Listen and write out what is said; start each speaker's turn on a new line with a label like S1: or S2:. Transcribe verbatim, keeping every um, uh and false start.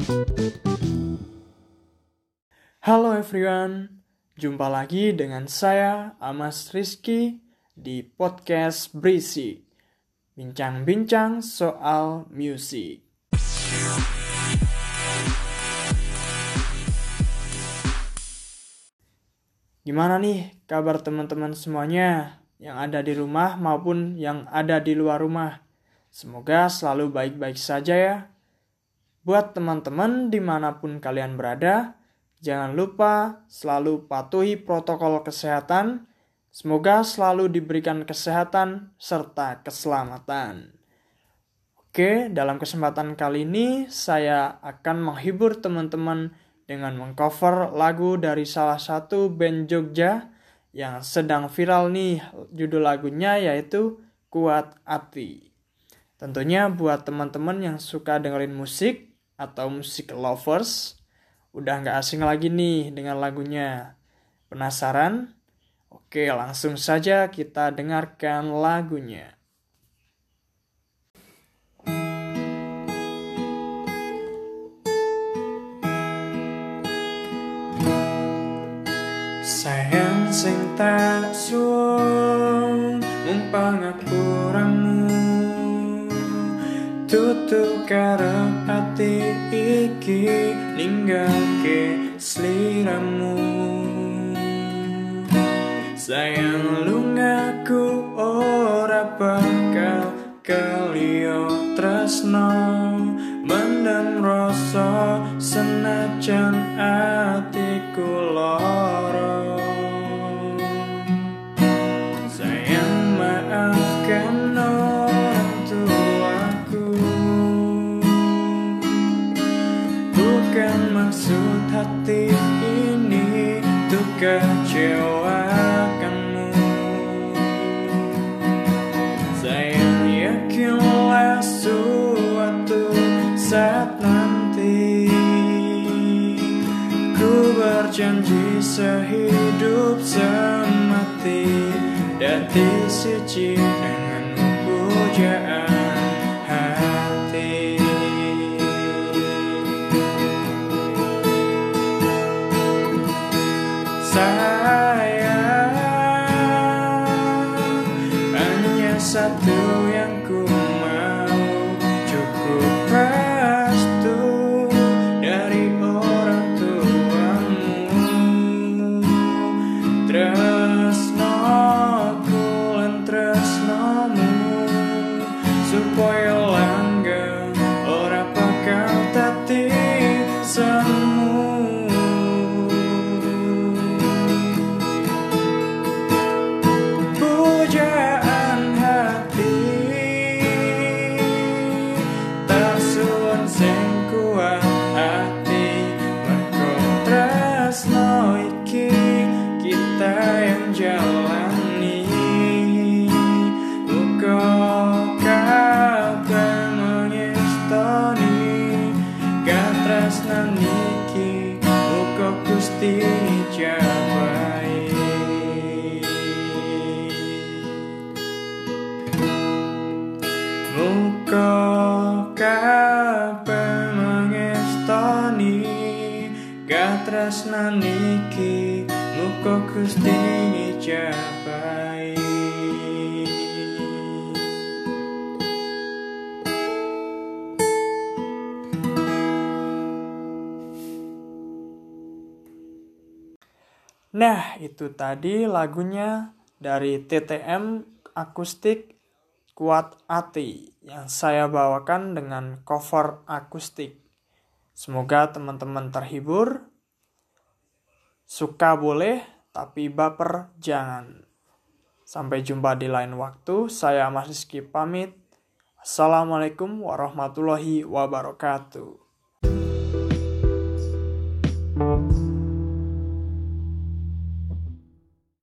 S1: Halo everyone, jumpa lagi dengan saya Amas Rizky di podcast Berisik, bincang-bincang soal musik. Gimana nih kabar teman-teman semuanya yang ada di rumah maupun yang ada di luar rumah? Semoga selalu baik-baik saja ya. Buat teman-teman dimanapun kalian berada, jangan lupa selalu patuhi protokol kesehatan. Semoga selalu diberikan kesehatan serta keselamatan. Oke, dalam kesempatan kali ini saya akan menghibur teman-teman dengan mengcover lagu dari salah satu band Jogja yang sedang viral nih. Judul lagunya yaitu Kuat Ati. Tentunya buat teman-teman yang suka dengerin musik atau musik lovers, udah gak asing lagi nih dengan lagunya. Penasaran? Oke, langsung saja kita dengarkan lagunya. Sayang sing tak suwung mung pangapuramu, tutu karep ati iki ninggake sliramu. Sayang lu ngaku ora bakal kaliyo tresno, mendem rasa senajan atiku lara. Sayang maafkan orang tuaku, bukan maksud hati ini untuk kecewakanmu. Sayang yakinlah suatu saat nanti ku berjanji sehidup semati dadi siji dengan pujaan hati. Sayang, hanya satu yang ku mau, cukup restu dari orang tuamu. Tresnoku lan tresnomu supaya langgeng ora bakal dadi semu. Pujaan hati tak suwun sing kuat hati, mergo tresno iki kita yang jalani. Muga kabeh mengestoni katresnan iki, muga Gusti jabai. Muga kabeh mengestoni katresnan iki, muga Gusti jabai. Nah, itu tadi lagunya dari T T M Akustik Kuat Ati yang saya bawakan dengan cover akustik. Semoga teman-teman terhibur. Suka boleh, tapi baper jangan. Sampai jumpa di lain waktu. Saya Mas Rizky pamit. Assalamualaikum warahmatullahi wabarakatuh.